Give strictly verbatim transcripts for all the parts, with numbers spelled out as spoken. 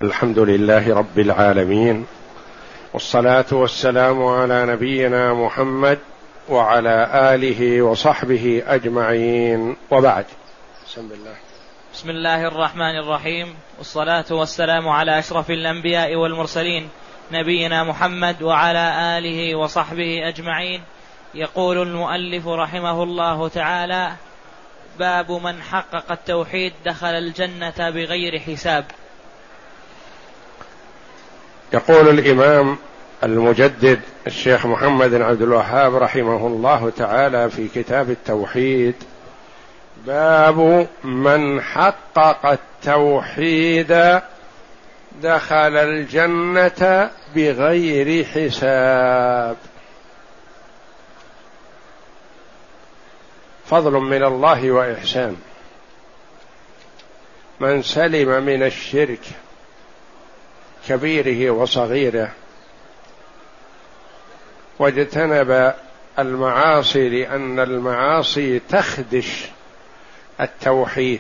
الحمد لله رب العالمين، والصلاة والسلام على نبينا محمد وعلى آله وصحبه أجمعين، وبعد. بسم الله بسم الله الرحمن الرحيم، والصلاة والسلام على أشرف الأنبياء والمرسلين نبينا محمد وعلى آله وصحبه أجمعين. يقول المؤلف رحمه الله تعالى: باب من حقق التوحيد دخل الجنة بغير حساب. يقول الإمام المجدد الشيخ محمد بن عبد الوهاب رحمه الله تعالى في كتاب التوحيد: باب من حقق التوحيد دخل الجنة بغير حساب. فضل من الله وإحسان، من سلم من الشرك كبيره وصغيره واجتنب المعاصي، لأن المعاصي تخدش التوحيد،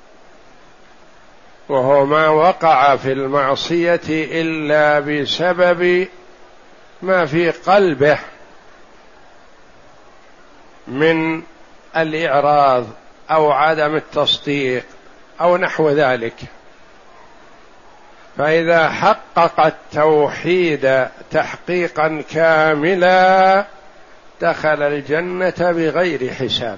وهو ما وقع في المعصية إلا بسبب ما في قلبه من الإعراض أو عدم التصديق أو نحو ذلك. فإذا حقق التوحيد تحقيقا كاملا دخل الجنة بغير حساب.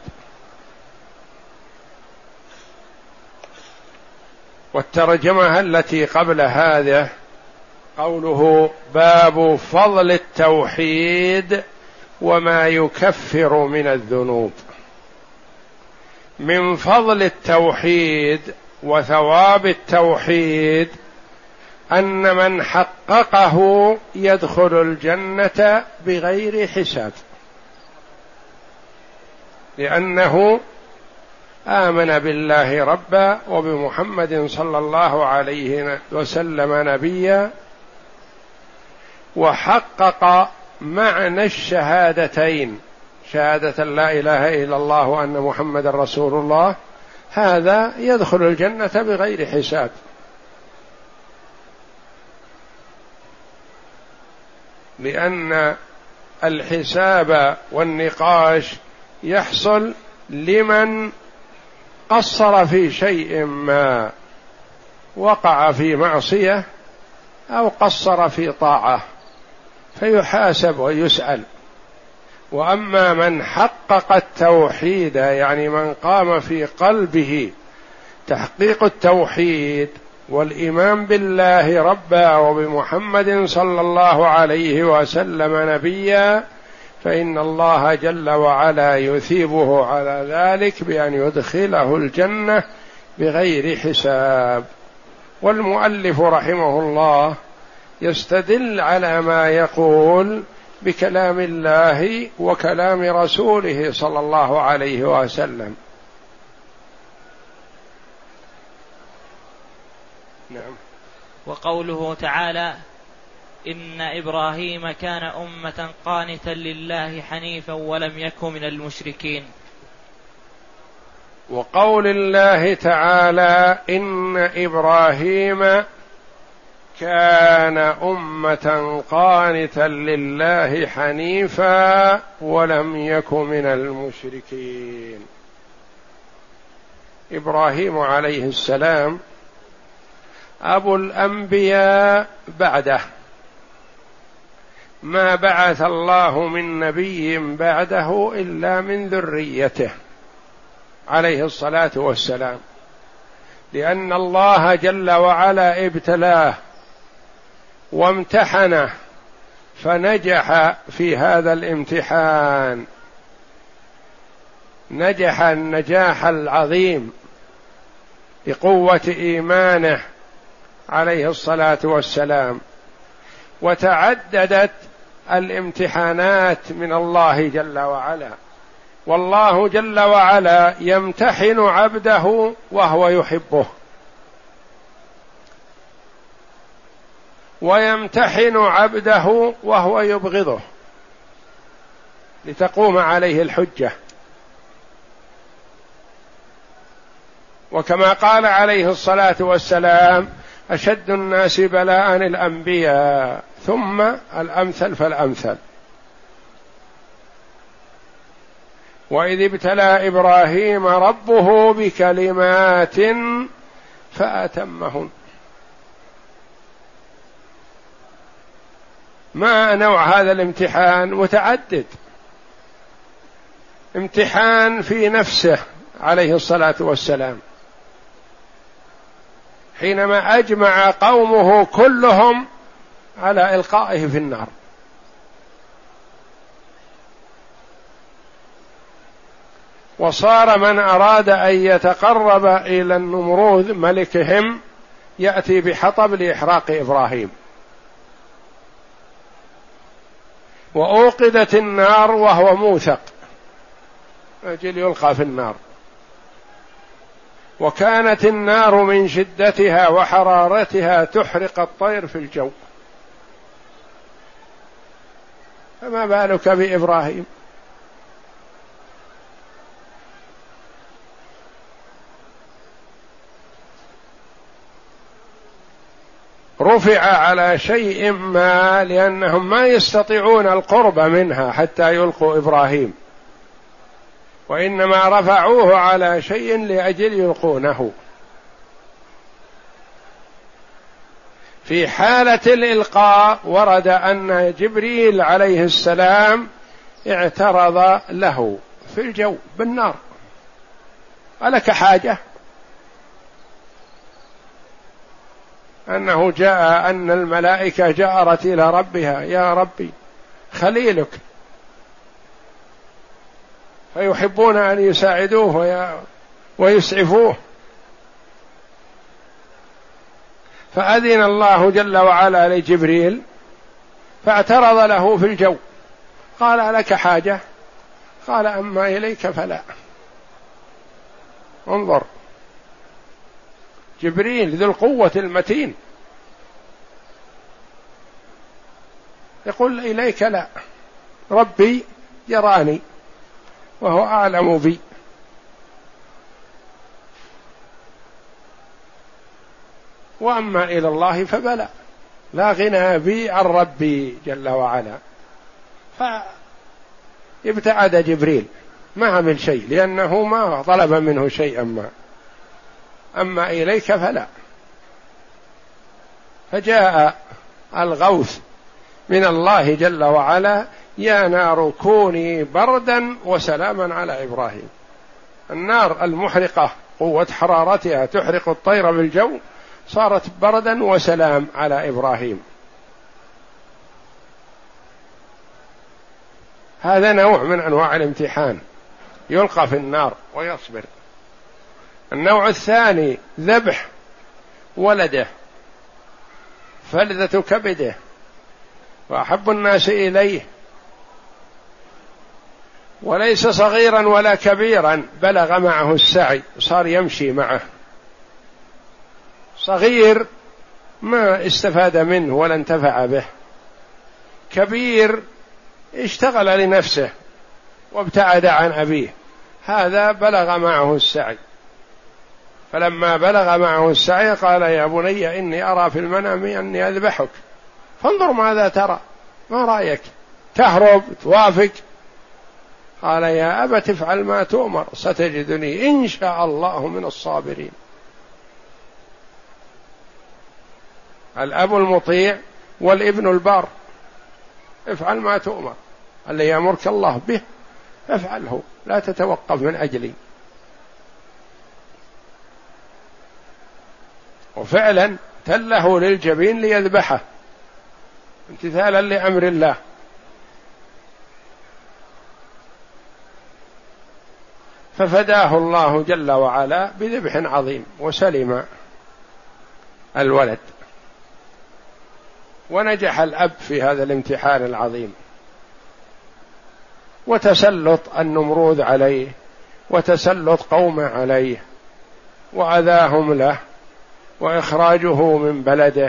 والترجمة التي قبل هذا قوله: باب فضل التوحيد وما يكفر من الذنوب. من فضل التوحيد وثواب التوحيد أن من حققه يدخل الجنة بغير حساب، لأنه آمن بالله ربا وبمحمد صلى الله عليه وسلم نبيا، وحقق معنى الشهادتين، شهادة لا إله إلا الله وأن محمد رسول الله، هذا يدخل الجنة بغير حساب. لأن الحساب والنقاش يحصل لمن قصر في شيء ما، وقع في معصية أو قصر في طاعة، فيحاسب ويسأل. وأما من حقق التوحيد، يعني من قام في قلبه تحقيق التوحيد والإيمان بالله ربا وبمحمد صلى الله عليه وسلم نبيا، فإن الله جل وعلا يثيبه على ذلك بأن يدخله الجنة بغير حساب. والمؤلف رحمه الله يستدل على ما يقول بكلام الله وكلام رسوله صلى الله عليه وسلم. نعم. وقوله تعالى: إن إبراهيم كان أمة قانتا لله حنيفا ولم يكن من المشركين. وقول الله تعالى: إن إبراهيم كان أمة قانتا لله حنيفا ولم يكن من المشركين. إبراهيم عليه السلام أبو الأنبياء بعده، ما بعث الله من نبي بعده إلا من ذريته عليه الصلاة والسلام، لأن الله جل وعلا ابتلاه وامتحنه فنجح في هذا الامتحان، نجح النجاح العظيم بقوة إيمانه عليه الصلاة والسلام. وتعددت الامتحانات من الله جل وعلا، والله جل وعلا يمتحن عبده وهو يحبه، ويمتحن عبده وهو يبغضه، لتقوم عليه الحجة. وكما قال عليه الصلاة والسلام: أشد الناس بلاء الأنبياء ثم الأمثل فالأمثل. وإذ ابتلى إبراهيم ربه بكلمات فأتمهن. ما نوع هذا الامتحان؟ متعدد. امتحان في نفسه عليه الصلاة والسلام حينما أجمع قومه كلهم على إلقائه في النار، وصار من أراد أن يتقرب إلى النمروذ ملكهم يأتي بحطب لإحراق إبراهيم، وأوقدت النار وهو موثق أجل يلقى في النار، وكانت النار من شدتها وحرارتها تحرق الطير في الجو، فما بالك بإبراهيم؟ رفع على شيء ما لأنهم ما يستطيعون القرب منها حتى يلقوا إبراهيم، وإنما رفعوه على شيء لأجل يلقونه. في حالة الإلقاء ورد أن جبريل عليه السلام اعترض له في الجو بالنار: ألك حاجة؟ أنه جاء أن الملائكة جأرت إلى ربها: يا ربي خليلك، فيحبون أن يساعدوه ويسعفوه، فأذن الله جل وعلا لجبريل فاعترض له في الجو، قال: لك حاجة؟ قال: أما إليك فلا. انظر، جبريل ذو القوة المتين يقول: إليك لا، ربي يراني وهو أعلم بي. وأما إلى الله فبلى، لا غنى بي عن ربي جل وعلا. فابتعد جبريل، ما عمل شيء لأنه ما طلب منه شيئا ما. أما إليك فلا. فجاء الغوث من الله جل وعلا: يا نار كوني بردا وسلاما على إبراهيم. النار المحرقة قوة حرارتها تحرق الطير بالجو صارت بردا وسلام على إبراهيم. هذا نوع من أنواع الامتحان، يلقى في النار ويصبر. النوع الثاني ذبح ولده، فلذة كبده وأحب الناس إليه، وليس صغيرا ولا كبيرا، بلغ معه السعي، صار يمشي معه. صغير ما استفاد منه ولا انتفع به، كبير اشتغل لنفسه وابتعد عن أبيه، هذا بلغ معه السعي. فلما بلغ معه السعي قال: يا بني إني أرى في المنام أني أذبحك فانظر ماذا ترى، ما رأيك؟ تهرب توافق؟ قال: يا أبت افعل ما تؤمر ستجدني إن شاء الله من الصابرين. الأب المطيع والابن البار، افعل ما تؤمر، اللي يأمرك الله به افعله، لا تتوقف من أجلي. وفعلا تله للجبين ليذبحه امتثالا لأمر الله. ففداه الله جل وعلا بذبح عظيم وسلم الولد، ونجح الأب في هذا الامتحان العظيم، وتسلط النمروذ عليه وتسلط قومه عليه وأذاهم له وإخراجه من بلده،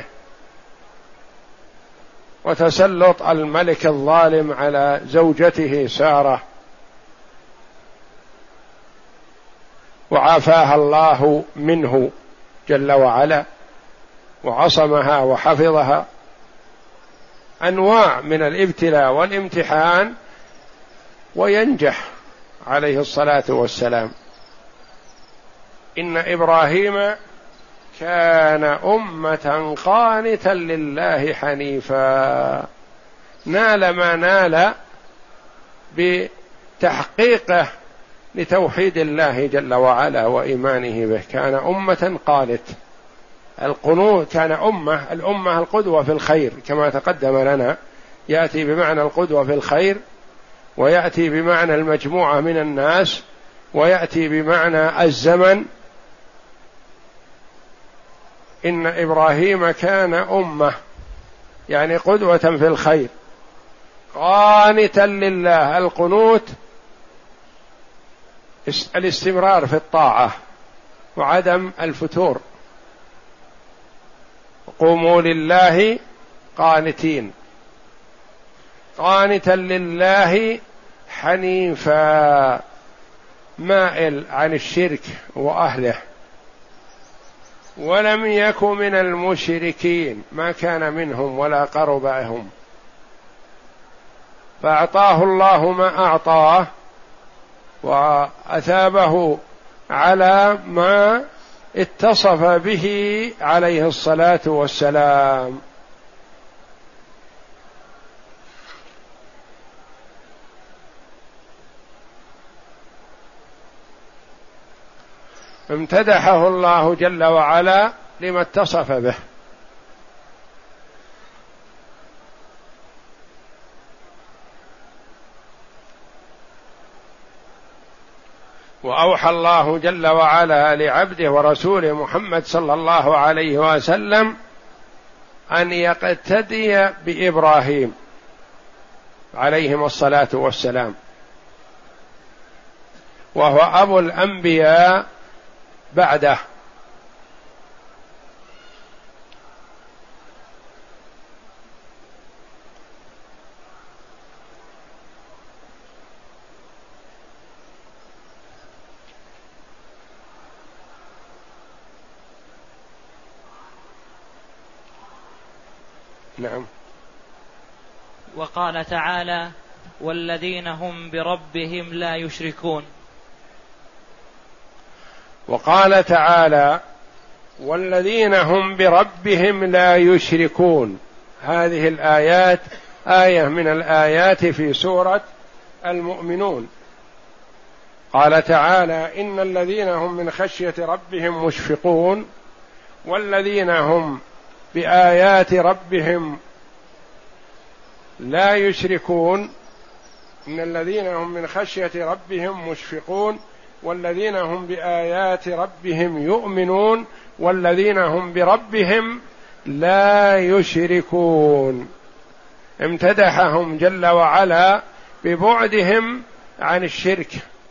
وتسلط الملك الظالم على زوجته سارة، وعافاها الله منه جل وعلا وعصمها وحفظها، أنواع من الابتلاء والامتحان، وينجح عليه الصلاة والسلام. إن إبراهيم كان أمة قانتا لله حنيفا، نال ما نال بتحقيقه لتوحيد الله جل وعلا وإيمانه به. كان أمة قانت، القنوت كان أمة، الأمة القدوة في الخير كما تقدم لنا، يأتي بمعنى القدوة في الخير، ويأتي بمعنى المجموعة من الناس، ويأتي بمعنى الزمن. إن إبراهيم كان أمة يعني قدوة في الخير، قانتا لله. القنوت الاستمرار في الطاعة وعدم الفتور. قوموا لله قانتين، قانتا لله حنيفا، مائل عن الشرك وأهله، ولم يك من المشركين، ما كان منهم ولا قربهم، فأعطاه الله ما أعطاه وأثابه على ما اتصف به عليه الصلاة والسلام. امتدحه الله جل وعلا لما اتصف به. وأوحى الله جل وعلا لعبده ورسوله محمد صلى الله عليه وسلم أن يقتدي بإبراهيم عليهم الصلاة والسلام، وهو أبو الأنبياء بعده. نعم. وقال تعالى: والذين هم بربهم لا يشركون. وقال تعالى: والذين هم بربهم لا يشركون. هذه الآيات آية من الآيات في سورة المؤمنون. قال تعالى: إن الذين هم من خشية ربهم مشفقون، والذين هم بآيات ربهم لا يشركون. إن الذين هم من خشية ربهم مشفقون، والذين هم بآيات ربهم يؤمنون، والذين هم بربهم لا يشركون. امتدحهم جل وعلا ببعدهم عن الشرك،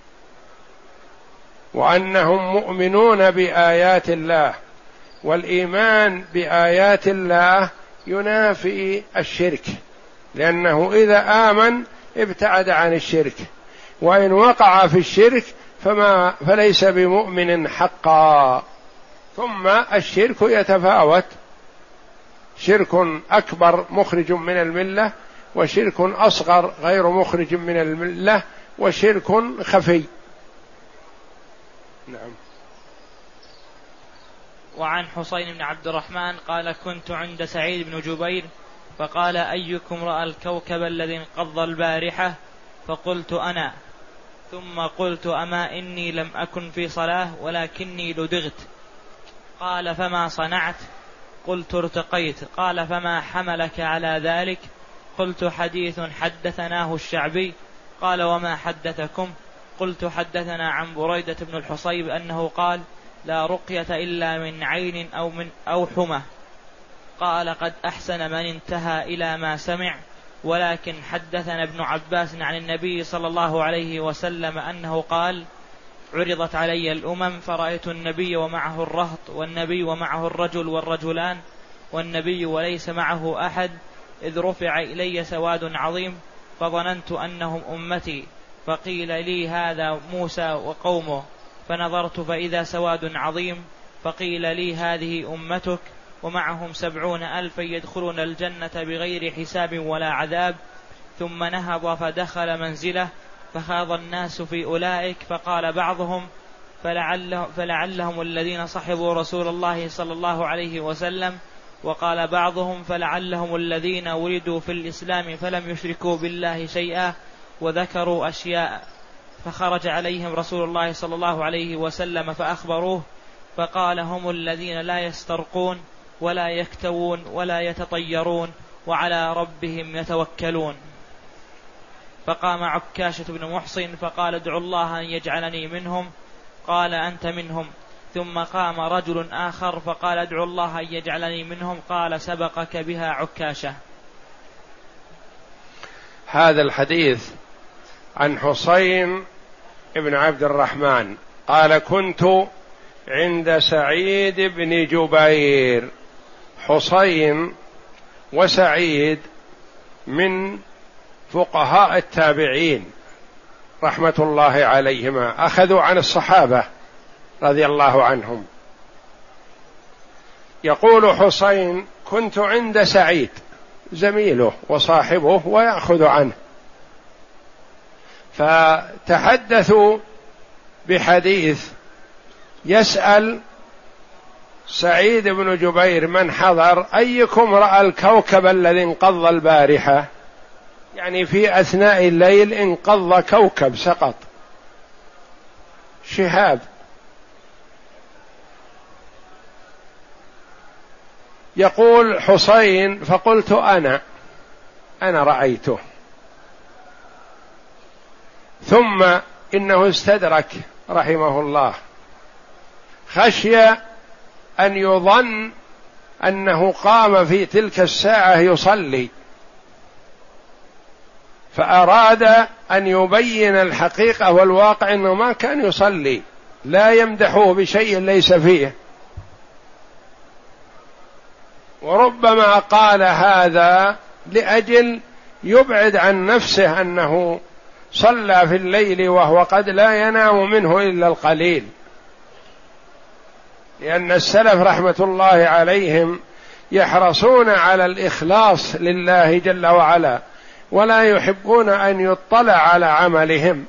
وأنهم مؤمنون بآيات الله، والإيمان بآيات الله ينافي الشرك، لأنه إذا آمن ابتعد عن الشرك، وإن وقع في الشرك فما فليس بمؤمن حقا. ثم الشرك يتفاوت، شرك أكبر مخرج من الملة، وشرك أصغر غير مخرج من الملة، وشرك خفي. نعم. وعن حسين بن عبد الرحمن قال: كنت عند سعيد بن جبير فقال: أيكم رأى الكوكب الذي انقض البارحة؟ فقلت: أنا. ثم قلت: أما إني لم أكن في صلاة ولكني لدغت. قال: فما صنعت؟ قلت: ارتقيت. قال: فما حملك على ذلك؟ قلت: حديث حدثناه الشعبي. قال: وما حدثكم؟ قلت: حدثنا عن بريدة بن الحصيب أنه قال: لا رقية إلا من عين أو من أو حمى. قال: قد أحسن من انتهى إلى ما سمع، ولكن حدثنا ابن عباس عن النبي صلى الله عليه وسلم أنه قال: عرضت علي الأمم فرأيت النبي ومعه الرهط، والنبي ومعه الرجل والرجلان، والنبي وليس معه أحد، إذ رفع إلي سواد عظيم فظننت أنهم أمتي، فقيل لي: هذا موسى وقومه، فنظرت فإذا سواد عظيم، فقيل لي: هذه أمتك، ومعهم سبعون ألفا يدخلون الجنة بغير حساب ولا عذاب. ثم نهض فدخل منزله فخاض الناس في أولئك، فقال بعضهم فلعله فلعلهم الذين صحبوا رسول الله صلى الله عليه وسلم، وقال بعضهم فلعلهم الذين ولدوا في الإسلام فلم يشركوا بالله شيئا، وذكروا أشياء. فخرج عليهم رسول الله صلى الله عليه وسلم فأخبروه، فقال هم الذين لا يسترقون ولا يكتوون ولا يتطيرون وعلى ربهم يتوكلون. فقام عكاشة بن محصن فقال ادعوا الله أن يجعلني منهم، قال أنت منهم. ثم قام رجل آخر فقال ادعوا الله أن يجعلني منهم، قال سبقك بها عكاشة. هذا الحديث عن حسين بن عبد الرحمن قال كنت عند سعيد بن جبير. حسين وسعيد من فقهاء التابعين رحمة الله عليهما، أخذوا عن الصحابة رضي الله عنهم. يقول حسين كنت عند سعيد زميله وصاحبه ويأخذ عنه، فتحدثوا بحديث يسأل سعيد بن جبير من حضر أيكم رأى الكوكب الذي انقض البارحة، يعني في أثناء الليل انقض كوكب سقط شهاب. يقول حسين فقلت أنا أنا رأيته. ثم إنه استدرك رحمه الله، خشي أن يظن أنه قام في تلك الساعة يصلي، فأراد أن يبين الحقيقة والواقع أنه ما كان يصلي، لا يمدحه بشيء ليس فيه. وربما قال هذا لأجل يبعد عن نفسه أنه صلى في الليل وهو قد لا ينام منه إلا القليل، لأن السلف رحمة الله عليهم يحرصون على الإخلاص لله جل وعلا، ولا يحبون أن يطلع على عملهم.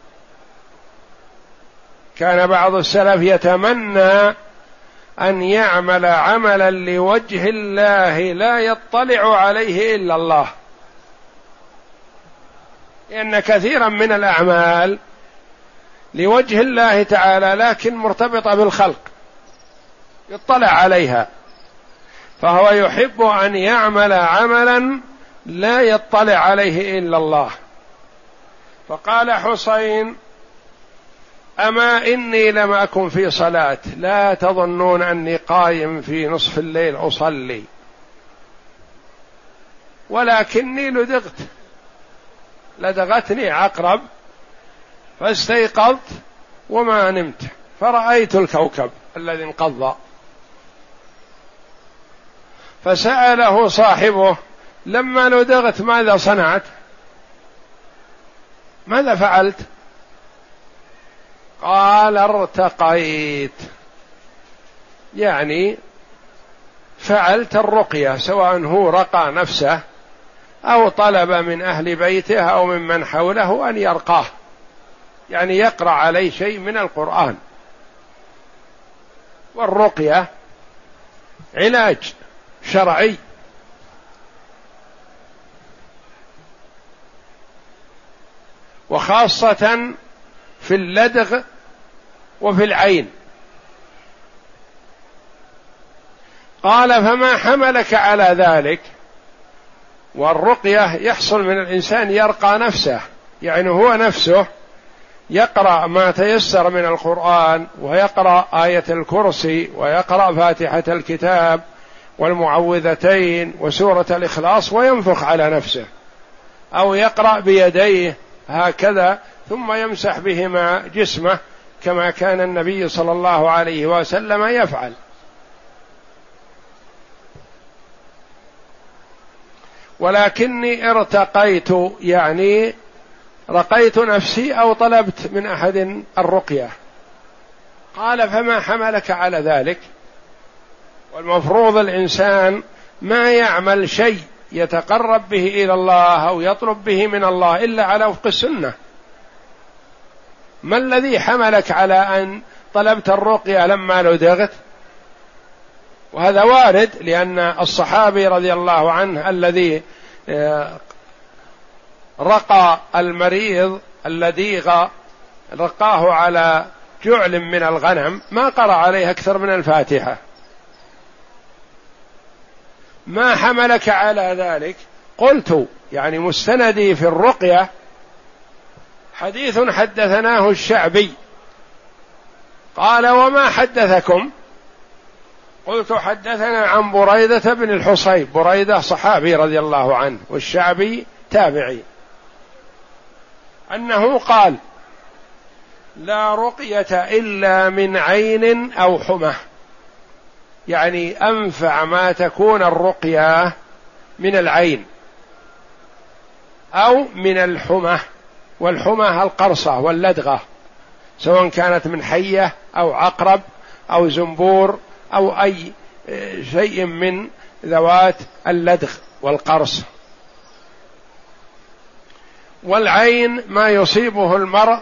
كان بعض السلف يتمنى أن يعمل عملا لوجه الله لا يطلع عليه إلا الله، لأن كثيرا من الأعمال لوجه الله تعالى لكن مرتبطة بالخلق يطلع عليها، فهو يحب أن يعمل عملا لا يطلع عليه إلا الله. فقال حسين أما إني لم أكن في صلاة، لا تظنون أني قائم في نصف الليل أصلي، ولكني لدغت لدغتني عقرب فاستيقظت وما نمت فرأيت الكوكب الذي انقض. فسأله صاحبه لما لدغت ماذا صنعت؟ ماذا فعلت؟ قال ارتقيت، يعني فعلت الرقية، سواء هو رقى نفسه أو طلب من أهل بيته أو ممن حوله أن يرقاه، يعني يقرأ عليه شيء من القرآن. والرقية علاج شرعي، وخاصة في اللدغ وفي العين. قال فما حملك على ذلك؟ والرقية يحصل من الإنسان يرقى نفسه، يعني هو نفسه يقرأ ما تيسر من القرآن، ويقرأ آية الكرسي، ويقرأ فاتحة الكتاب والمعوذتين وسورة الإخلاص، وينفخ على نفسه، أو يقرأ بيديه هكذا ثم يمسح بهما جسمه كما كان النبي صلى الله عليه وسلم يفعل. ولكني ارتقيت، يعني رقيت نفسي أو طلبت من أحد الرقية. قال فما حملك على ذلك؟ والمفروض الإنسان ما يعمل شيء يتقرب به إلى الله أو يطلب به من الله إلا على وفق السنة. ما الذي حملك على أن طلبت الرقية لما لدغت؟ وهذا وارد، لأن الصحابي رضي الله عنه الذي رقى المريض اللديغ رقاه على جعل من الغنم ما قرأ عليه أكثر من الفاتحة. ما حملك على ذلك؟ قلت يعني مستندي في الرقية حديث حدثناه الشعبي. قال وما حدثكم؟ قلت حدثنا عن بريدة بن الحصيب. بريدة صحابي رضي الله عنه والشعبي تابعي، أنه قال لا رقية إلا من عين أو حمى، يعني أنفع ما تكون الرقية من العين أو من الحمى، والحمى القرصة واللدغة سواء كانت من حية أو عقرب أو زنبور أو أي شيء من ذوات اللدغ والقرص. والعين ما يصيبه المرء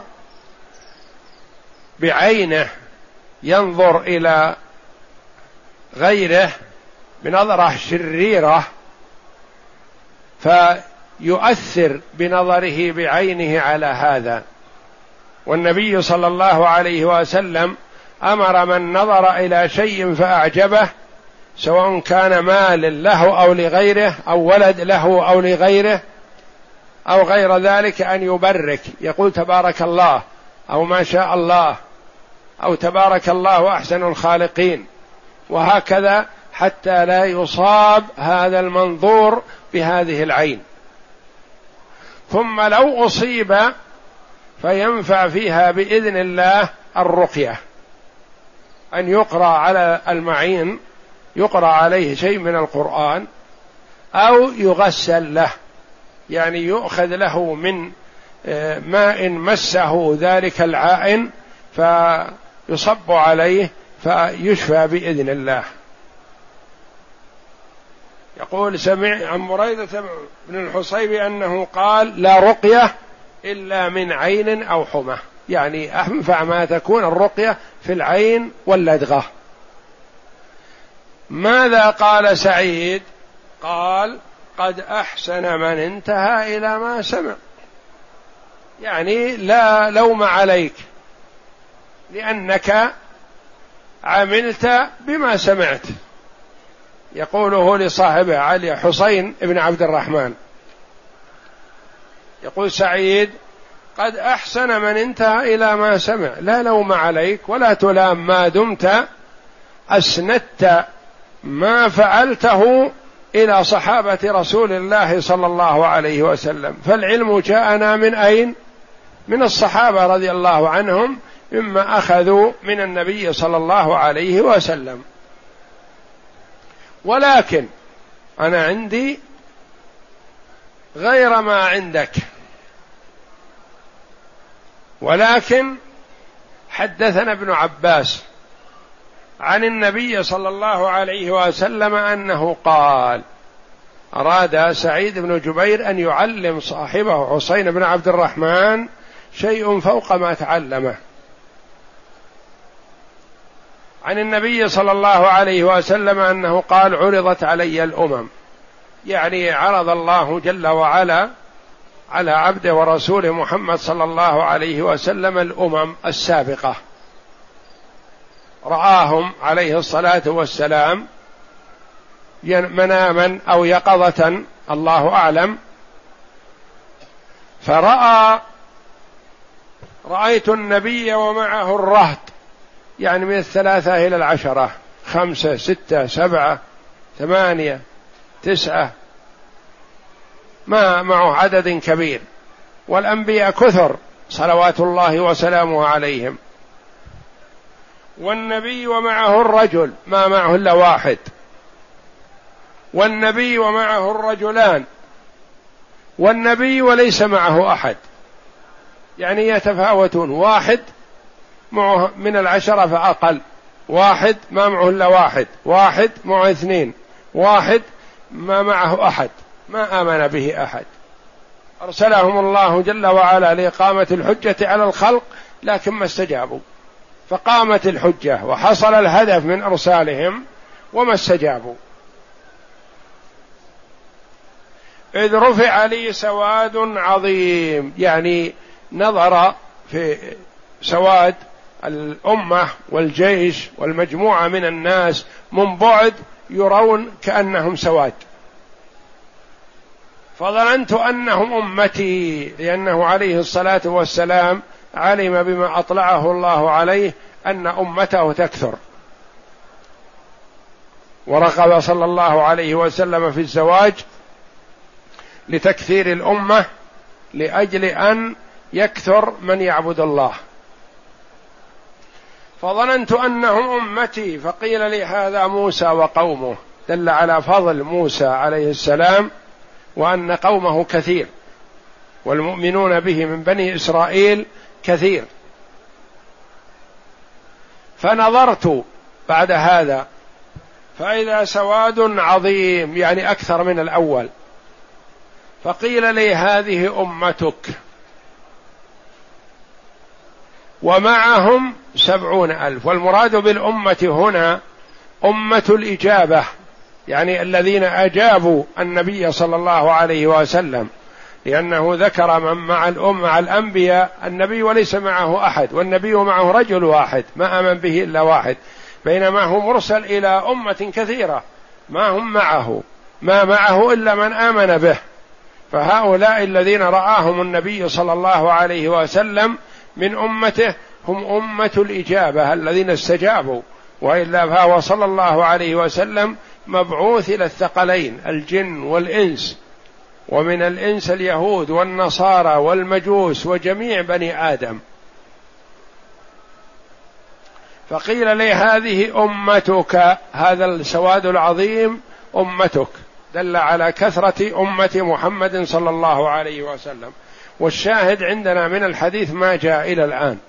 بعينه ينظر إلى غيره بنظرة شريرة فيؤثر بنظره بعينه على هذا. والنبي صلى الله عليه وسلم أمر من نظر إلى شيء فأعجبه سواء كان مال له أو لغيره أو ولد له أو لغيره أو غير ذلك أن يبرك، يقول تبارك الله أو ما شاء الله أو تبارك الله أحسن الخالقين، وهكذا حتى لا يصاب هذا المنظور بهذه العين. ثم لو أصيب فينفع فيها بإذن الله الرقية، أن يقرأ على المعين يقرأ عليه شيء من القرآن أو يغسل له، يعني يؤخذ له من ماء مسه ذلك العائن فيصب عليه فيشفى بإذن الله. يقول سمع عن بريدة بن الحصيب أنه قال لا رقية إلا من عين أو حمى، يعني أنفع ما تكون الرقية في العين واللدغة. ماذا قال سعيد؟ قال قد أحسن من انتهى إلى ما سمع، يعني لا لوم عليك لأنك عملت بما سمعت. يقوله لصاحبه علي حسين بن عبد الرحمن، يقول سعيد قد أحسن من انتهى إلى ما سمع، لا لوم عليك ولا تلام ما دمت أسندت ما فعلته إلى صحابة رسول الله صلى الله عليه وسلم. فالعلم جاءنا من أين؟ من الصحابة رضي الله عنهم مما أخذوا من النبي صلى الله عليه وسلم. ولكن أنا عندي غير ما عندك، ولكن حدثنا ابن عباس عن النبي صلى الله عليه وسلم أنه قال أراد سعيد بن جبير أن يعلم صاحبه حسين بن عبد الرحمن شيء فوق ما تعلمه عن النبي صلى الله عليه وسلم أنه قال عرضت علي الأمم، يعني عرض الله جل وعلا على عبده ورسوله محمد صلى الله عليه وسلم الأمم السابقة، رآهم عليه الصلاة والسلام مناما أو يقظة الله أعلم، فرأى رأيت النبي ومعه الرهط، يعني من الثلاثة إلى العشرة، خمسة ستة سبعة ثمانية تسعة، ما معه عدد كبير، والأنبياء كثر صلوات الله وسلامه عليهم، والنبي ومعه الرجل ما معه إلا واحد، والنبي ومعه الرجلان، والنبي وليس معه أحد، يعني يتفاوتون، واحد معه من العشرة فأقل، واحد ما معه إلا واحد، واحد معه اثنين، واحد ما معه أحد، ما آمن به أحد. أرسلهم الله جل وعلا لإقامة الحجة على الخلق، لكن ما استجابوا، فقامت الحجة وحصل الهدف من إرسالهم وما استجابوا. إذ رفع لي سواد عظيم، يعني نظر في سواد الأمة والجيش والمجموعة من الناس من بعد يرون كأنهم سواد، فظننت أنهم أمتي، لأنه عليه الصلاة والسلام علم بما أطلعه الله عليه أن أمته تكثر، ورغب صلى الله عليه وسلم في الزواج لتكثير الأمة لأجل أن يكثر من يعبد الله، فظننت أنهم أمتي. فقيل لي هذا موسى وقومه، دل على فضل موسى عليه السلام وأن قومه كثير والمؤمنون به من بني إسرائيل كثير. فنظرت بعد هذا فإذا سواد عظيم، يعني أكثر من الأول، فقيل لي هذه أمتك ومعهم سبعون ألف. والمراد بالأمة هنا أمة الإجابة، يعني الذين أجابوا النبي صلى الله عليه وسلم، لأنه ذكر من مع الأمة مع الأنبياء النبي وليس معه أحد، والنبي معه رجل واحد ما آمن به إلا واحد، بينما هو مرسل إلى أمة كثيرة ما هم معه، ما معه إلا من آمن به. فهؤلاء الذين رآهم النبي صلى الله عليه وسلم من أمته هم أمة الإجابة الذين استجابوا، وإلا فهو صلى الله عليه وسلم مبعوث إلى الثقلين الجن والإنس، ومن الإنس اليهود والنصارى والمجوس وجميع بني آدم. فقيل لي هذه أمتك، هذا السواد العظيم أمتك، دل على كثرة أمة محمد صلى الله عليه وسلم. والشاهد عندنا من الحديث ما جاء إلى الآن.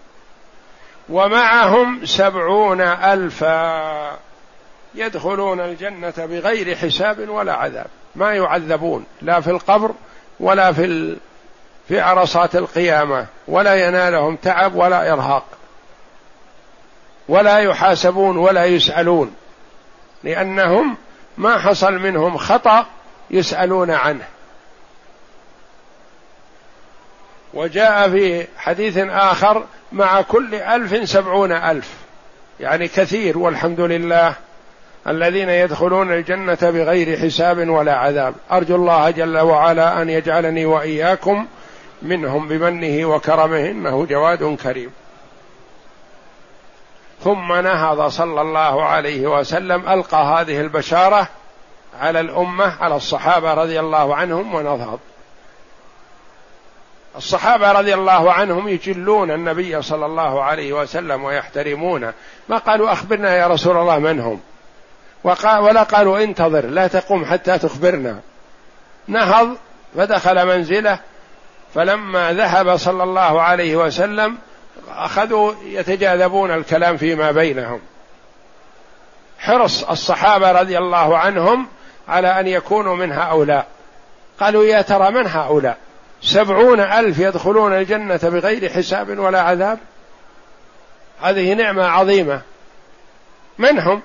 ومعهم سبعون ألفا يدخلون الجنة بغير حساب ولا عذاب، ما يعذبون لا في القبر ولا في ال... في عرصات القيامة، ولا ينالهم تعب ولا إرهاق، ولا يحاسبون ولا يسألون، لأنهم ما حصل منهم خطأ يسألون عنه. وجاء في حديث آخر مع كل ألف سبعون ألف، يعني كثير، والحمد لله الذين يدخلون الجنة بغير حساب ولا عذاب. أرجو الله جل وعلا أن يجعلني وإياكم منهم بمنه وكرمه، إنه جواد كريم. ثم نهض صلى الله عليه وسلم، ألقى هذه البشارة على الأمة، على الصحابة رضي الله عنهم، ونهض. الصحابة رضي الله عنهم يجلون النبي صلى الله عليه وسلم ويحترمونه، ما قالوا أخبرنا يا رسول الله من هم، ولا قالوا انتظر لا تقوم حتى تخبرنا. نهض فدخل منزله، فلما ذهب صلى الله عليه وسلم أخذوا يتجاذبون الكلام فيما بينهم. حرص الصحابة رضي الله عنهم على أن يكونوا من هؤلاء. قالوا يا ترى من هؤلاء؟ سبعون ألف يدخلون الجنة بغير حساب ولا عذاب، هذه نعمة عظيمة، من هم؟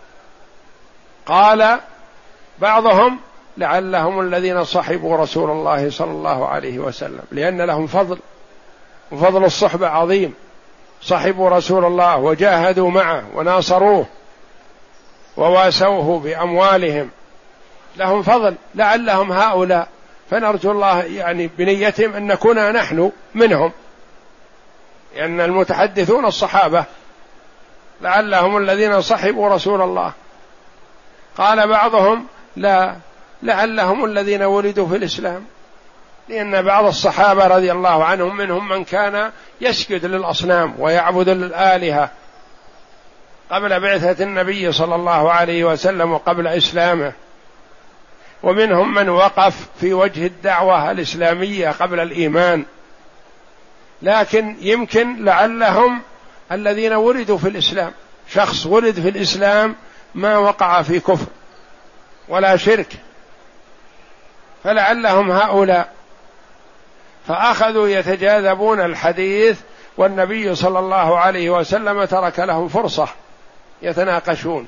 قال بعضهم لعلهم الذين صحبوا رسول الله صلى الله عليه وسلم، لأن لهم فضل، وفضل الصحبة عظيم، صحبوا رسول الله وجاهدوا معه وناصروه وواسوه بأموالهم، لهم فضل، لعلهم هؤلاء. فنرجو الله يعني بنيتهم أن نكون نحن منهم، لأن المتحدثون الصحابة، لعلهم الذين صحبوا رسول الله. قال بعضهم لا، لعلهم الذين ولدوا في الإسلام، لأن بعض الصحابة رضي الله عنهم منهم من كان يسجد للأصنام ويعبد الآلهة قبل بعثة النبي صلى الله عليه وسلم وقبل إسلامه، ومنهم من وقف في وجه الدعوة الإسلامية قبل الإيمان، لكن يمكن لعلهم الذين ولدوا في الإسلام شخص ولد في الإسلام ما وقع في كفر ولا شرك، فلعلهم هؤلاء، فأخذوا يتجاذبون الحديث، والنبي صلى الله عليه وسلم ترك لهم فرصة يتناقشون.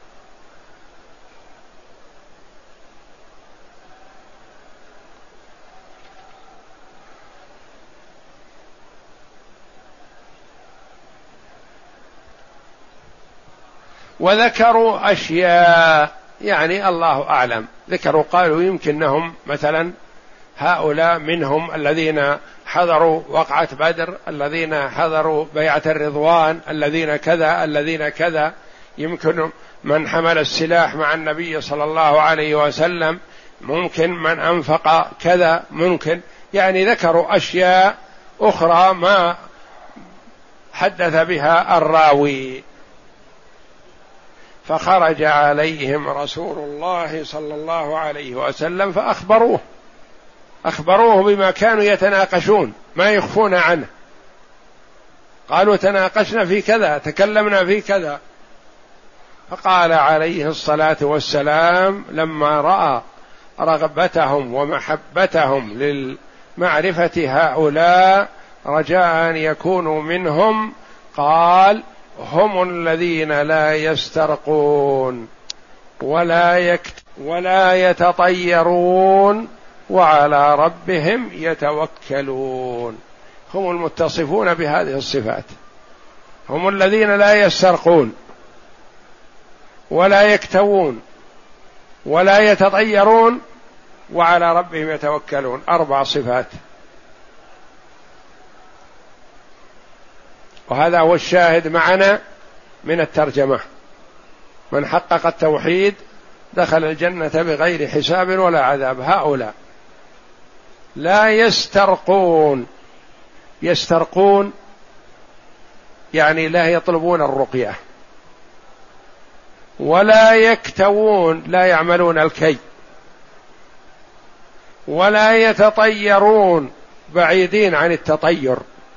وذكروا أشياء يعني الله أعلم، ذكروا قالوا يمكنهم مثلا هؤلاء منهم الذين حضروا وقعة بدر، الذين حضروا بيعة الرضوان، الذين كذا الذين كذا، يمكن من حمل السلاح مع النبي صلى الله عليه وسلم، ممكن من أنفق كذا، ممكن يعني ذكروا أشياء أخرى ما حدث بها الراوي. فخرج عليهم رسول الله صلى الله عليه وسلم فأخبروه أخبروه بما كانوا يتناقشون، ما يخفون عنه، قالوا تناقشنا في كذا، تكلمنا في كذا. فقال عليه الصلاة والسلام لما رأى رغبتهم ومحبتهم للمعرفة هؤلاء رجاء أن يكونوا منهم، قال هم الذين لا يسترقون ولا يكت ولا يتطيرون وعلى ربهم يتوكلون. هم المتصفون بهذه الصفات، هم الذين لا يسترقون ولا يكتوون ولا يتطيرون وعلى ربهم يتوكلون، أربع صفات. وهذا هو الشاهد معنا من الترجمة: من حقق التوحيد دخل الجنة بغير حساب ولا عذاب. هؤلاء لا يسترقون، يسترقون يعني لا يطلبون الرقية، ولا يكتوون لا يعملون الكي، ولا يتطيرون بعيدين عن التطير،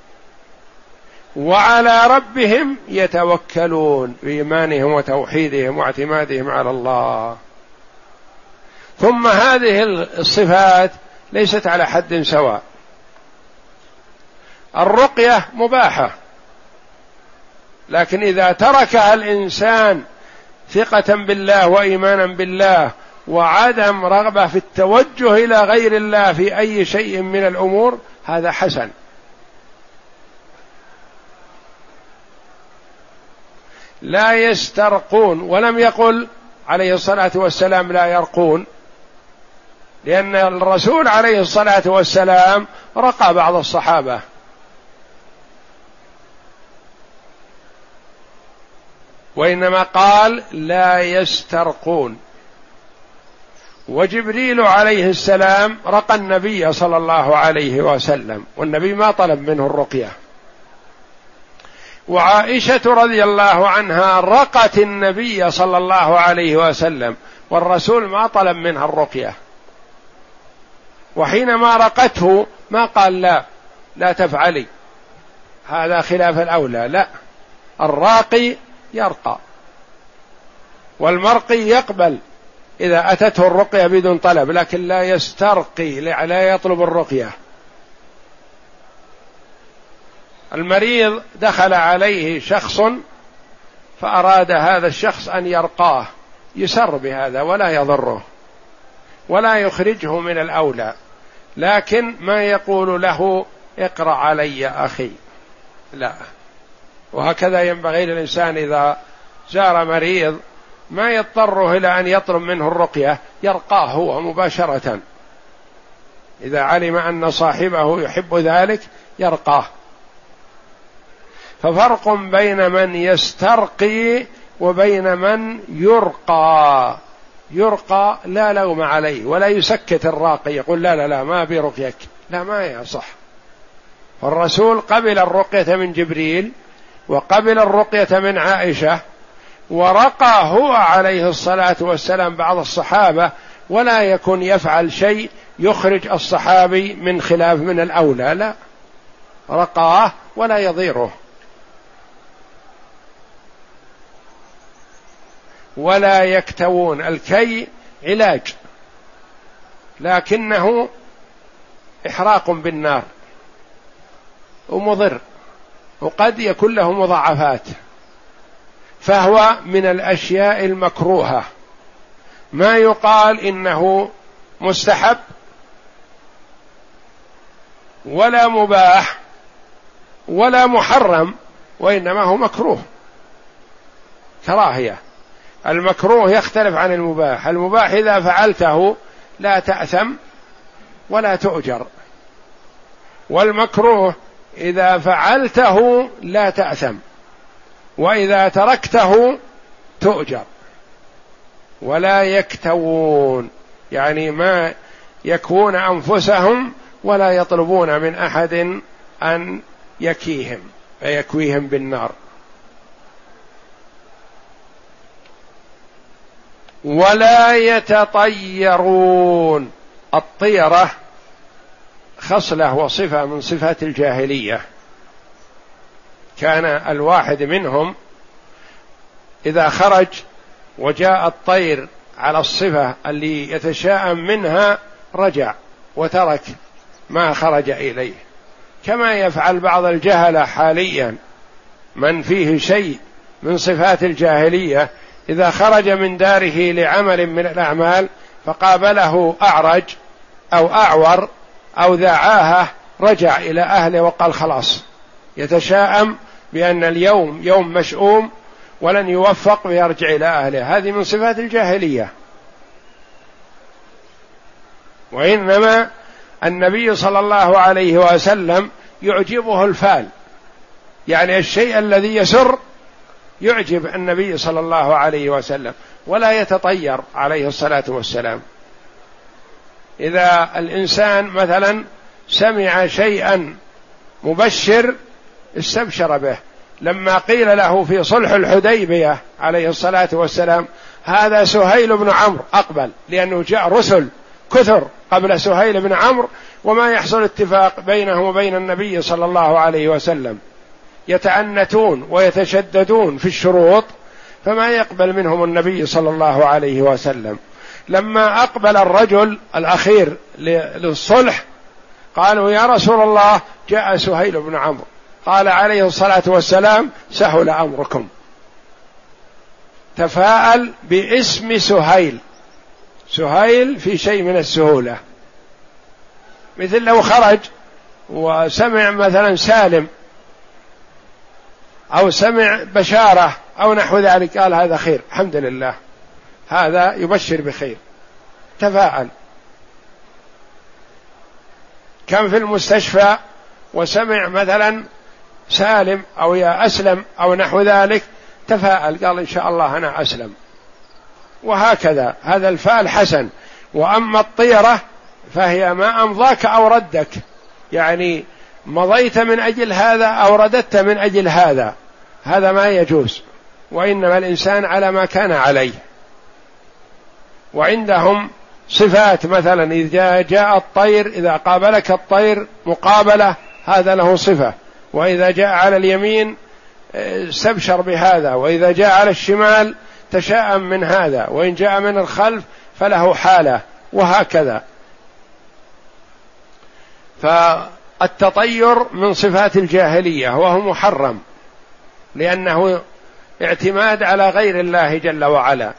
وعلى ربهم يتوكلون بإيمانهم وتوحيدهم واعتمادهم على الله. ثم هذه الصفات ليست على حد سواء. الرقية مباحة، لكن إذا تركها الإنسان ثقة بالله وإيمانا بالله وعدم رغبة في التوجه إلى غير الله في أي شيء من الأمور، هذا حسن. لا يسترقون، ولم يقل عليه الصلاة والسلام لا يرقون، لأن الرسول عليه الصلاة والسلام رقى بعض الصحابة، وإنما قال لا يسترقون. وجبريل عليه السلام رقى النبي صلى الله عليه وسلم، والنبي ما طلب منه الرقية. وعائشة رضي الله عنها رقت النبي صلى الله عليه وسلم، والرسول ما طلب منها الرقية. وحينما رقته ما قال لا لا تفعلي، هذا خلاف الأولى، لا، الراقي يرقى، والمرقي يقبل إذا أتته الرقية بدون طلب، لكن لا يسترقي، لا يطلب الرقية. المريض دخل عليه شخص فأراد هذا الشخص أن يرقاه، يسر بهذا ولا يضره ولا يخرجه من الأولى، لكن ما يقول له اقرأ علي أخي، لا. وهكذا ينبغي للإنسان إذا زار مريض ما يضطره إلى أن يطلب منه الرقية، يرقاه هو مباشرة، إذا علم أن صاحبه يحب ذلك يرقاه. ففرق بين من يسترقي وبين من يرقى. يرقى لا لوم عليه، ولا يسكت الراقي يقول لا لا لا ما برقيك، لا، ما يصح. والرسول قبل الرقية من جبريل، وقبل الرقية من عائشة، ورقى هو عليه الصلاة والسلام بعض الصحابة، ولا يكن يفعل شيء يخرج الصحابي من خلاف من الأولى، لا، رقاه ولا يضيره. ولا يكتوون. الكي علاج لكنه إحراق بالنار ومضر، وقد يكون له مضاعفات، فهو من الأشياء المكروهة، ما يقال إنه مستحب ولا مباح ولا محرم، وإنما هو مكروه كراهية. المكروه يختلف عن المباح. المباح إذا فعلته لا تأثم ولا تؤجر، والمكروه إذا فعلته لا تأثم، وإذا تركته تؤجر. ولا يكتوون يعني ما يكوون أنفسهم ولا يطلبون من أحد أن يكيهم فيكويهم بالنار. ولا يتطيرون. الطيرة خصلة وصفة من صفات الجاهلية، كان الواحد منهم إذا خرج وجاء الطير على الصفة اللي يتشاءم منها رجع وترك ما خرج إليه، كما يفعل بعض الجهلة حاليا، من فيه شيء من صفات الجاهلية إذا خرج من داره لعمل من الأعمال فقابله أعرج أو أعور أو ذا عاهة رجع إلى أهله وقال خلاص، يتشاءم بأن اليوم يوم مشؤوم ولن يوفق ويرجع إلى أهله. هذه من صفات الجاهلية. وإنما النبي صلى الله عليه وسلم يعجبه الفال، يعني الشيء الذي يسر يعجب النبي صلى الله عليه وسلم، ولا يتطير عليه الصلاة والسلام. إذا الإنسان مثلا سمع شيئا مبشر استبشر به، لما قيل له في صلح الحديبية عليه الصلاة والسلام هذا سهيل بن عمرو أقبل، لأنه جاء رسل كثر قبل سهيل بن عمرو وما يحصل اتفاق بينه وبين النبي صلى الله عليه وسلم، يتعنتون ويتشددون في الشروط، فما يقبل منهم النبي صلى الله عليه وسلم. لما أقبل الرجل الأخير للصلح قالوا يا رسول الله جاء سهيل بن عمرو، قال عليه الصلاة والسلام سهل أمركم. تفاءل باسم سهيل، سهيل في شيء من السهولة، مثل لو خرج وسمع مثلا سالم أو سمع بشارة أو نحو ذلك قال هذا خير الحمد لله، هذا يبشر بخير، تفاءل. كان في المستشفى وسمع مثلا سالم أو يا أسلم أو نحو ذلك تفاءل، قال إن شاء الله أنا أسلم، وهكذا. هذا الفال حسن. وأما الطيرة فهي ما أمضاك أو ردك، يعني مضيت من أجل هذا أو رددت من أجل هذا، هذا ما يجوز، وإنما الإنسان على ما كان عليه. وعندهم صفات، مثلا إذا جاء الطير إذا قابلك الطير مقابلة هذا له صفة، وإذا جاء على اليمين استبشر بهذا، وإذا جاء على الشمال تشاءم من هذا، وإن جاء من الخلف فله حالة، وهكذا. فالتطير من صفات الجاهلية وهو محرم، لأنه اعتماد على غير الله جل وعلا،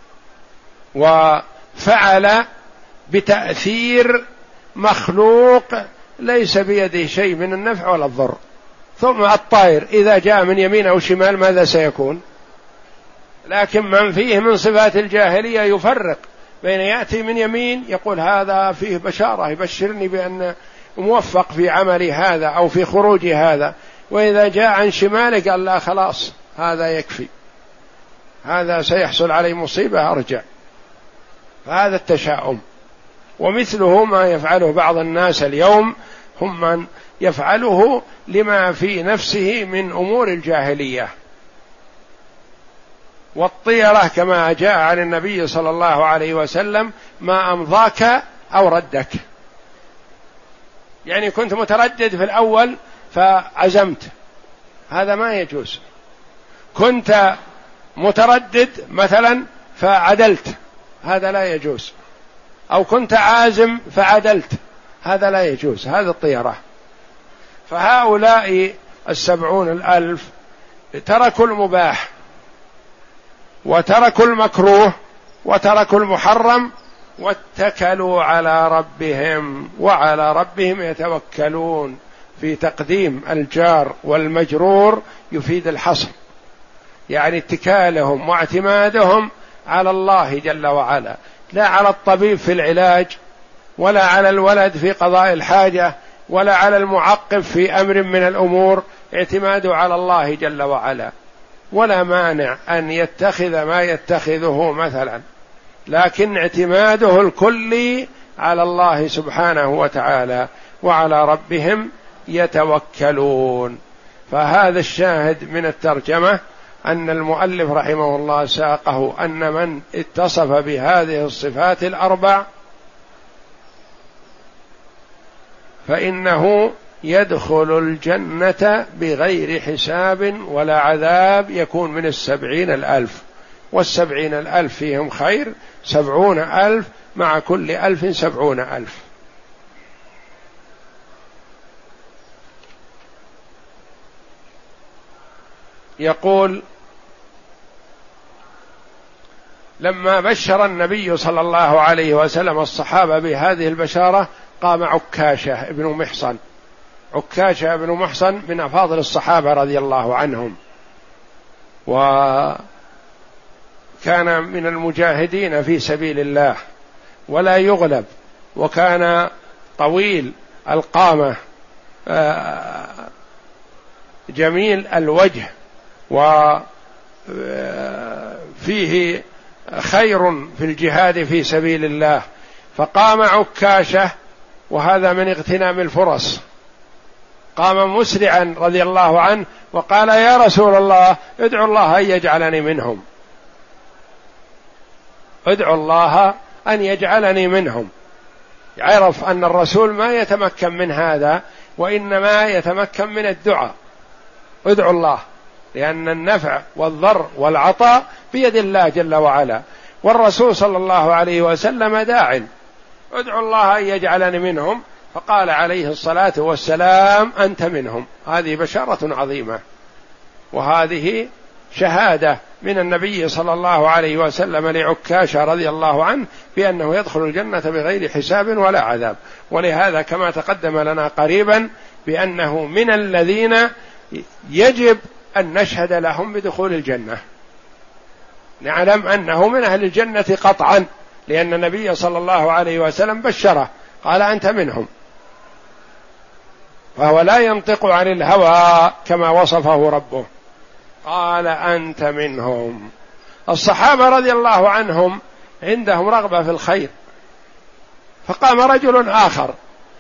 وفعل بتأثير مخلوق ليس بيده شيء من النفع ولا الضر. ثم الطائر إذا جاء من يمين أو شمال ماذا سيكون؟ لكن من فيه من صفات الجاهلية يفرق بين يأتي من يمين يقول هذا فيه بشارة يبشرني بأن موفق في عملي هذا أو في خروجي هذا، وإذا جاء عن شماله قال لا خلاص هذا يكفي، هذا سيحصل عليه مصيبة أرجع. فهذا التشاؤم. ومثله ما يفعله بعض الناس اليوم، هم من يفعله لما في نفسه من أمور الجاهلية. والطيرة كما جاء عن النبي صلى الله عليه وسلم ما أمضاك أو ردك، يعني كنت متردد في الأول فعزمت، هذا ما يجوز. كنت متردد مثلا فعدلت، هذا لا يجوز، أو كنت عازم فعدلت، هذا لا يجوز، هذا الطيرة. فهؤلاء السبعون الألف تركوا المباح وتركوا المكروه وتركوا المحرم واتكلوا على ربهم، وعلى ربهم يتوكلون. في تقديم الجار والمجرور يفيد الحصر، يعني اتكالهم واعتمادهم على الله جل وعلا، لا على الطبيب في العلاج، ولا على الولد في قضاء الحاجة، ولا على المعقب في أمر من الأمور، اعتماده على الله جل وعلا. ولا مانع أن يتخذ ما يتخذه مثلا، لكن اعتماده الكلي على الله سبحانه وتعالى، وعلى ربهم يتوكلون. فهذا الشاهد من الترجمة أن المؤلف رحمه الله ساقه أن من اتصف بهذه الصفات الأربع فإنه يدخل الجنة بغير حساب ولا عذاب، يكون من السبعين الألف، والسبعين الألف فيهم خير، سبعون ألف مع كل ألف سبعون ألف. يقول: لما بشر النبي صلى الله عليه وسلم الصحابة بهذه البشارة قام عكاشة ابن محصن. عكاشة ابن محصن من أفاضل الصحابة رضي الله عنهم، وكان من المجاهدين في سبيل الله ولا يغلب، وكان طويل القامة جميل الوجه، وفيه خير في الجهاد في سبيل الله. فقام عكاشة، وهذا من اغتنام الفرص، قام مسرعا رضي الله عنه وقال: يا رسول الله ادعو الله أن يجعلني منهم، ادعو الله أن يجعلني منهم. يعرف أن الرسول ما يتمكن من هذا، وإنما يتمكن من الدعاء. ادعو الله، لأن النفع والضر والعطاء بيد الله جل وعلا، والرسول صلى الله عليه وسلم داع. ادعو الله أن يجعلني منهم، فقال عليه الصلاة والسلام: أنت منهم. هذه بشارة عظيمة، وهذه شهادة من النبي صلى الله عليه وسلم لعكاشة رضي الله عنه بأنه يدخل الجنة بغير حساب ولا عذاب. ولهذا كما تقدم لنا قريبا بأنه من الذين يجب أن نشهد لهم بدخول الجنة، نعلم أنه من أهل الجنة قطعا، لأن النبي صلى الله عليه وسلم بشره قال: أنت منهم. فهو لا ينطق عن الهوى كما وصفه ربه، قال: أنت منهم. الصحابة رضي الله عنهم عندهم رغبة في الخير، فقام رجل آخر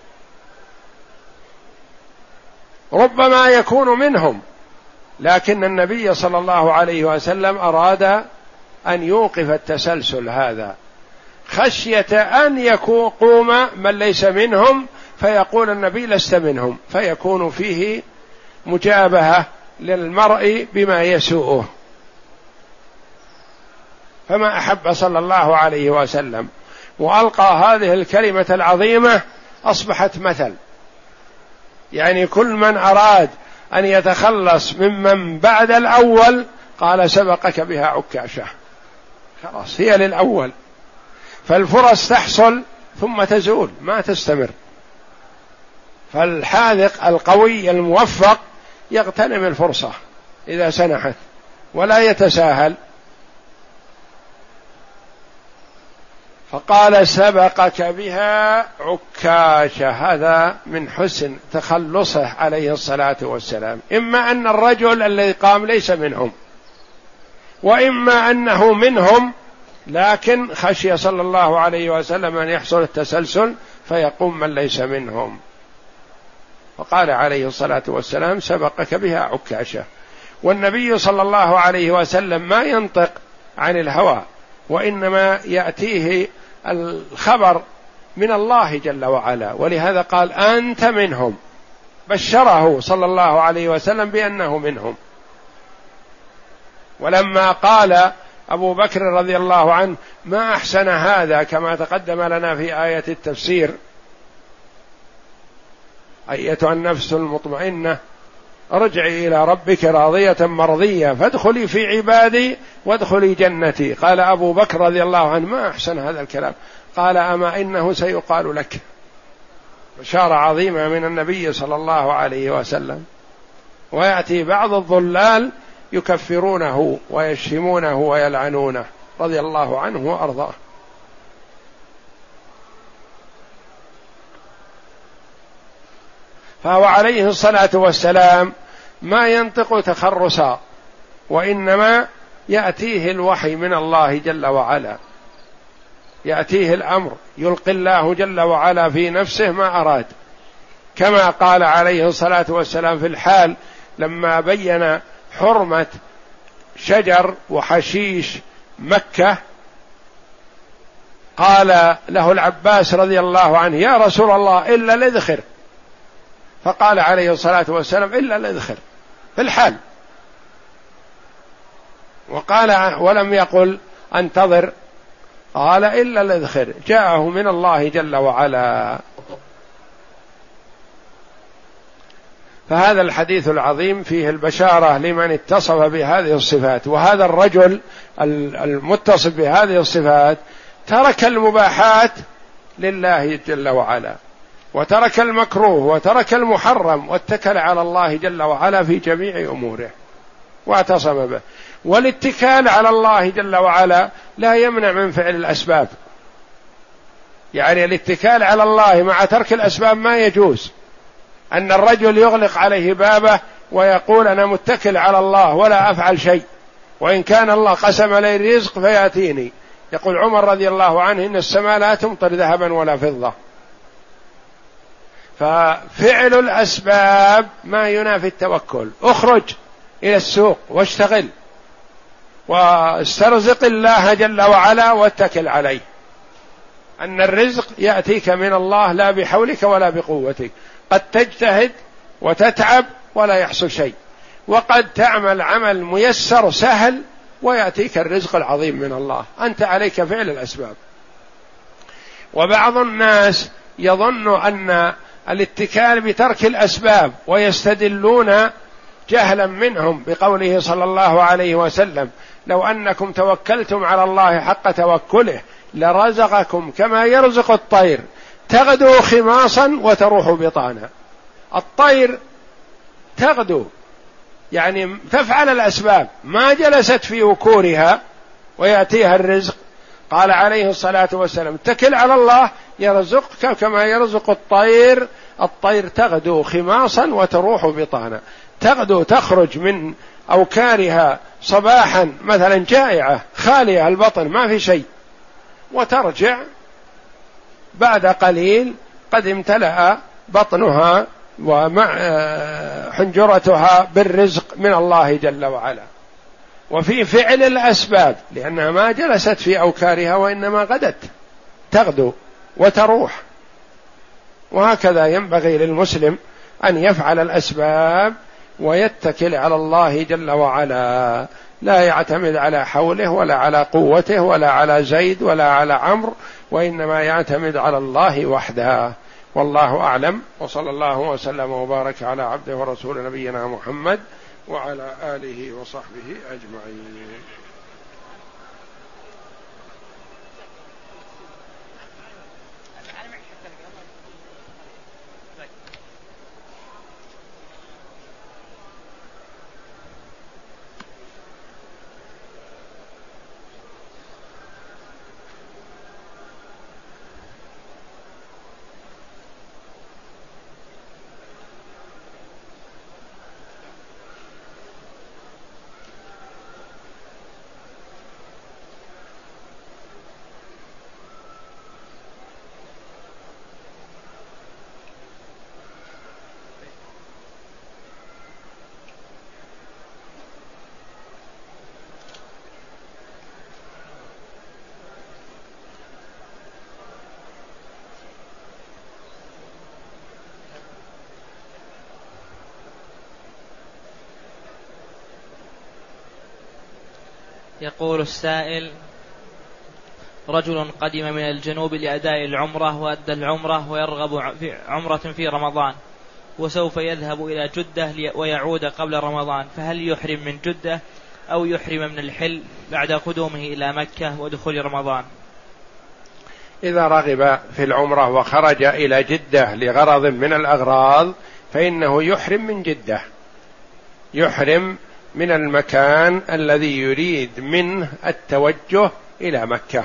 ربما يكون منهم، لكن النبي صلى الله عليه وسلم أراد أن يوقف التسلسل هذا، خشية أن يقوم من ليس منهم فيقول النبي: لست منهم، فيكون فيه مجابهة للمرء بما يسوءه. فما أحب صلى الله عليه وسلم، وألقى هذه الكلمة العظيمة، أصبحت مثل، يعني كل من أراد أن يتخلص ممن بعد الأول قال: سبقك بها عكاشة، خلاص هي للأول. فالفرص تحصل ثم تزول، ما تستمر. فالحاذق القوي الموفق يغتنم الفرصة إذا سنحت ولا يتساهل. فقال: سبقك بها عكاشة. هذا من حسن تخلصه عليه الصلاة والسلام، إما أن الرجل الذي قام ليس منهم، وإما أنه منهم، لكن خشي صلى الله عليه وسلم أن يحصل التسلسل فيقوم من ليس منهم. فقال عليه الصلاة والسلام: سبقك بها عكاشة. والنبي صلى الله عليه وسلم ما ينطق عن الهوى، وإنما يأتيه الخبر من الله جل وعلا، ولهذا قال: أنت منهم، بشره صلى الله عليه وسلم بأنه منهم. ولما قال أبو بكر رضي الله عنه ما أحسن هذا كما تقدم لنا في آية التفسير: أيتها النفس المطمئنة ارجعي إلى ربك راضية مرضية فادخلي في عبادي وادخلي جنتي. قال أبو بكر رضي الله عنه ما أحسن هذا الكلام. قال أما إنه سيقال لك. بشارة عظيمة من النبي صلى الله عليه وسلم. ويأتي بعض الضلال يكفرونه ويشتمونه ويلعنونه رضي الله عنه وأرضاه. فهو عليه الصلاة والسلام ما ينطق تخرصا، وإنما يأتيه الوحي من الله جل وعلا، يأتيه الأمر، يلقي الله جل وعلا في نفسه ما أراد، كما قال عليه الصلاة والسلام في الحال لما بين حرمة شجر وحشيش مكة، قال له العباس رضي الله عنه: يا رسول الله إلا الإذخر. فقال عليه الصلاة والسلام: إلا الإذخر في الحال. وقال ولم يقل انتظر، قال إلا الإذخر، جاءه من الله جل وعلا. فهذا الحديث العظيم فيه البشارة لمن اتصف بهذه الصفات. وهذا الرجل المتصف بهذه الصفات ترك المباحات لله جل وعلا، وترك المكروه وترك المحرم، واتكل على الله جل وعلا في جميع أموره واعتصم به. والاتكال على الله جل وعلا لا يمنع من فعل الأسباب، يعني الاتكال على الله مع ترك الأسباب ما يجوز. أن الرجل يغلق عليه بابه ويقول أنا متكل على الله ولا أفعل شيء، وإن كان الله قسم لي الرزق فيأتيني. يقول عمر رضي الله عنه: إن السماء لا تمطر ذهبا ولا فضة. ففعل الأسباب ما ينافي التوكل. اخرج إلى السوق واشتغل واسترزق الله جل وعلا واتكل عليه، أن الرزق يأتيك من الله لا بحولك ولا بقوتك. قد تجتهد وتتعب ولا يحصل شيء، وقد تعمل عمل ميسر سهل ويأتيك الرزق العظيم من الله، أنت عليك فعل الأسباب. وبعض الناس يظن أن الاتكال بترك الأسباب، ويستدلون جهلا منهم بقوله صلى الله عليه وسلم: لو أنكم توكلتم على الله حق توكله لرزقكم كما يرزق الطير تغدو خماصا وتروح بطانا. الطير تغدو يعني تفعل الأسباب، ما جلست في وكورها ويأتيها الرزق. قال عليه الصلاة والسلام: اتكل على الله يرزقك كما يرزق الطير. الطير تغدو خماصا وتروح بطانا، تغدو تخرج من أوكارها صباحا مثلا جائعة خالية البطن ما في شيء، وترجع بعد قليل قد امتلأ بطنها ومع حنجرتها بالرزق من الله جل وعلا. وفي فعل الأسباب، لأنها ما جلست في أوكارها وإنما غدت تغدو وتروح. وهكذا ينبغي للمسلم أن يفعل الأسباب ويتكل على الله جل وعلا، لا يعتمد على حوله ولا على قوته ولا على زيد ولا على عمرو، وإنما يعتمد على الله وحده. والله أعلم، وصلى الله وسلم وبارك على عبده ورسول نبينا محمد وعلى آله وصحبه أجمعين. يقول السائل: رجل قدم من الجنوب لأداء العمرة وأدى العمرة ويرغب في عمرة في رمضان وسوف يذهب إلى جدة ويعود قبل رمضان، فهل يحرم من جدة أو يحرم من الحل بعد قدومه إلى مكة ودخول رمضان؟ إذا رغب في العمرة وخرج إلى جدة لغرض من الأغراض فإنه يحرم من جدة، يحرم من المكان الذي يريد منه التوجه إلى مكة.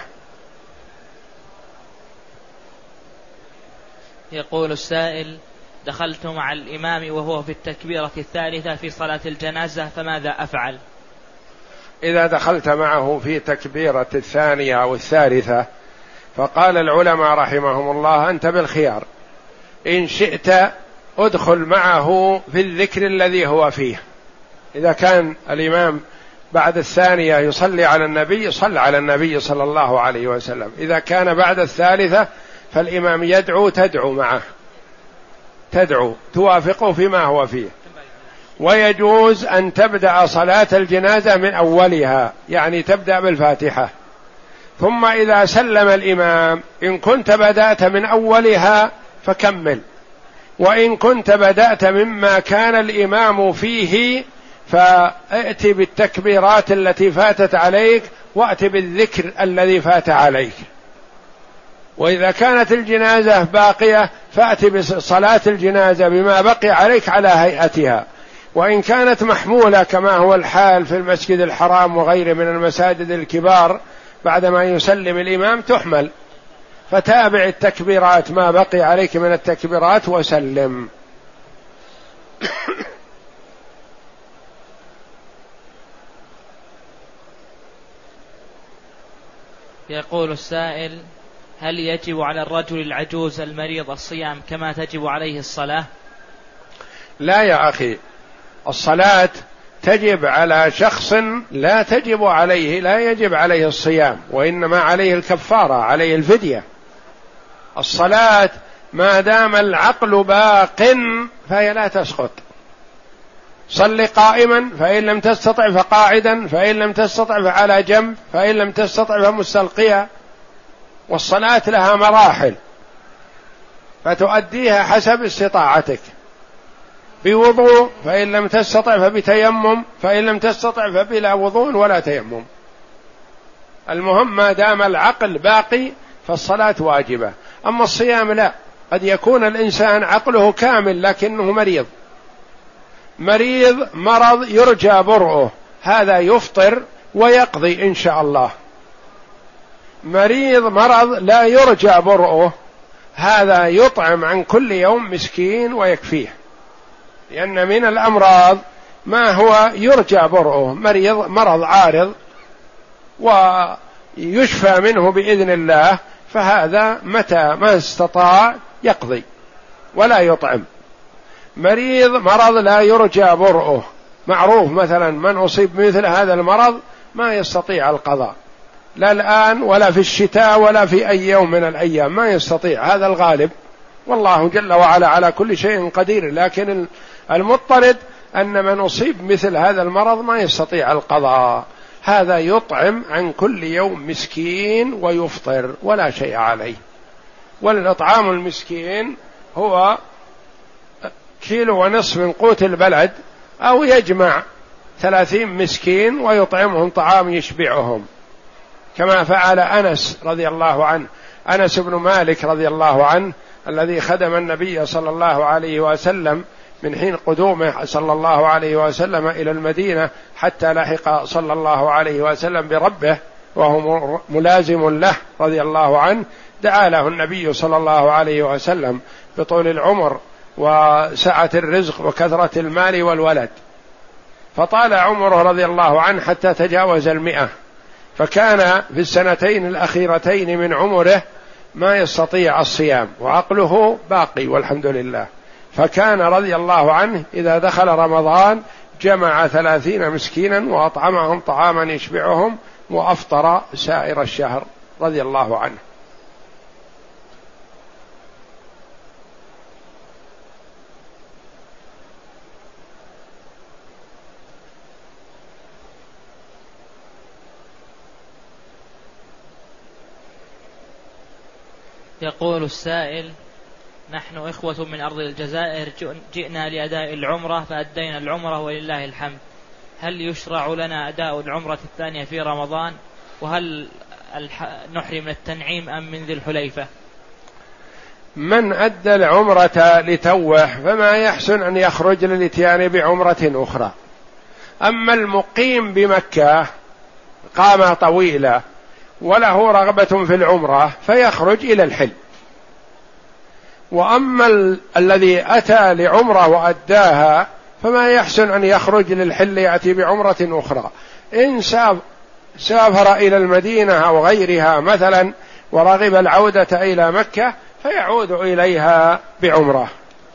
يقول السائل: دخلت مع الإمام وهو في التكبيرة الثالثة في صلاة الجنازة، فماذا أفعل؟ إذا دخلت معه في تكبيرة الثانية أو الثالثة فقال العلماء رحمهم الله: أنت بالخيار، إن شئت ادخل معه في الذكر الذي هو فيه. إذا كان الإمام بعد الثانية يصلي على النبي صلى على النبي صلى الله عليه وسلم، إذا كان بعد الثالثة فالإمام يدعو تدعو معه، تدعو توافقه فيما هو فيه. ويجوز أن تبدأ صلاة الجنازة من أولها، يعني تبدأ بالفاتحة، ثم إذا سلم الإمام إن كنت بدأت من أولها فكمل، وإن كنت بدأت مما كان الإمام فيه فأت بالتكبيرات التي فاتت عليك وأت بالذكر الذي فات عليك. وإذا كانت الجنازة باقية فأت بصلاة الجنازة بما بقي عليك على هيئتها، وإن كانت محمولة كما هو الحال في المسجد الحرام وغيره من المساجد الكبار بعدما يسلم الإمام تحمل، فتابع التكبيرات ما بقي عليك من التكبيرات وسلم. يقول السائل: هل يجب على الرجل العجوز المريض الصيام كما تجب عليه الصلاة؟ لا يا أخي، الصلاة تجب على شخص لا تجب عليه، لا يجب عليه الصيام، وإنما عليه الكفارة، عليه الفدية. الصلاة ما دام العقل باق فهي لا تسقط. صل قائما، فإن لم تستطع فقاعدا، فإن لم تستطع فعلى جنب، فإن لم تستطع فمستلقيا. والصلاة لها مراحل فتؤديها حسب استطاعتك، بوضوء، فإن لم تستطع فبتيمم، فإن لم تستطع فبلا وضوء ولا تيمم. المهم ما دام العقل باقي فالصلاة واجبة. أما الصيام لا، قد يكون الإنسان عقله كامل لكنه مريض، مريض مرض يرجى برؤه، هذا يفطر ويقضي إن شاء الله. مريض مرض لا يرجى برؤه هذا يطعم عن كل يوم مسكين ويكفيه، لأن من الأمراض ما هو يرجى برؤه، مريض مرض عارض ويشفى منه بإذن الله، فهذا متى ما استطاع يقضي ولا يطعم. مريض مرض لا يرجى برؤه، معروف مثلا من أصيب مثل هذا المرض ما يستطيع القضاء، لا الآن ولا في الشتاء ولا في أي يوم من الأيام، ما يستطيع، هذا الغالب، والله جل وعلا على كل شيء قدير. لكن المضطرد أن من أصيب مثل هذا المرض ما يستطيع القضاء، هذا يطعم عن كل يوم مسكين ويفطر ولا شيء عليه. والإطعام المسكين هو كيلو ونصف من قوت البلد، أو يجمع ثلاثين مسكين ويطعمهم طعام يشبعهم، كما فعل أنس رضي الله عنه، أنس بن مالك رضي الله عنه الذي خدم النبي صلى الله عليه وسلم من حين قدومه صلى الله عليه وسلم إلى المدينة حتى لحق صلى الله عليه وسلم بربه وهو ملازم له رضي الله عنه. دعا له النبي صلى الله عليه وسلم بطول العمر وسعة الرزق وكثرة المال والولد، فطال عمره رضي الله عنه حتى تجاوز المئة، فكان في السنتين الأخيرتين من عمره ما يستطيع الصيام وعقله باقي والحمد لله، فكان رضي الله عنه إذا دخل رمضان جمع ثلاثين مسكينا وأطعمهم طعاما يشبعهم وأفطر سائر الشهر رضي الله عنه. يقول السائل: نحن إخوة من أرض الجزائر جئنا لأداء العمرة فأدينا العمرة ولله الحمد، هل يشرع لنا أداء العمرة الثانية في رمضان؟ وهل نحرم من التنعيم أم من ذي الحليفة؟ من أدى العمرة لتوه فما يحسن أن يخرج للإتيان بعمرة أخرى. أما المقيم بمكة قامة طويلة وله رغبة في العمرة فيخرج إلى الحل. وأما ال- الذي أتى لعمرة وأداها فما يحسن أن يخرج للحل يأتي بعمرة أخرى. إن سافر إلى المدينة أو غيرها مثلا ورغب العودة إلى مكة فيعود إليها بعمرة.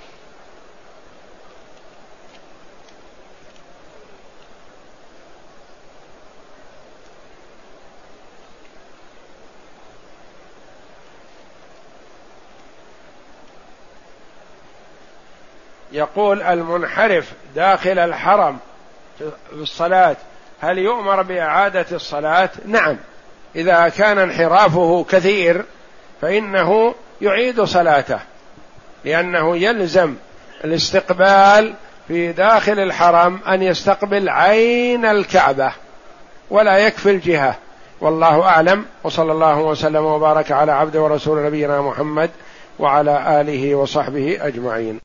يقول: المنحرف داخل الحرم في الصلاة هل يؤمر بإعادة الصلاة؟ نعم، إذا كان انحرافه كثير فإنه يعيد صلاته، لأنه يلزم الاستقبال في داخل الحرم أن يستقبل عين الكعبة ولا يكفي الجهة. والله أعلم، وصلى الله وسلم وبارك على عبد ورسول نبينا محمد وعلى آله وصحبه أجمعين.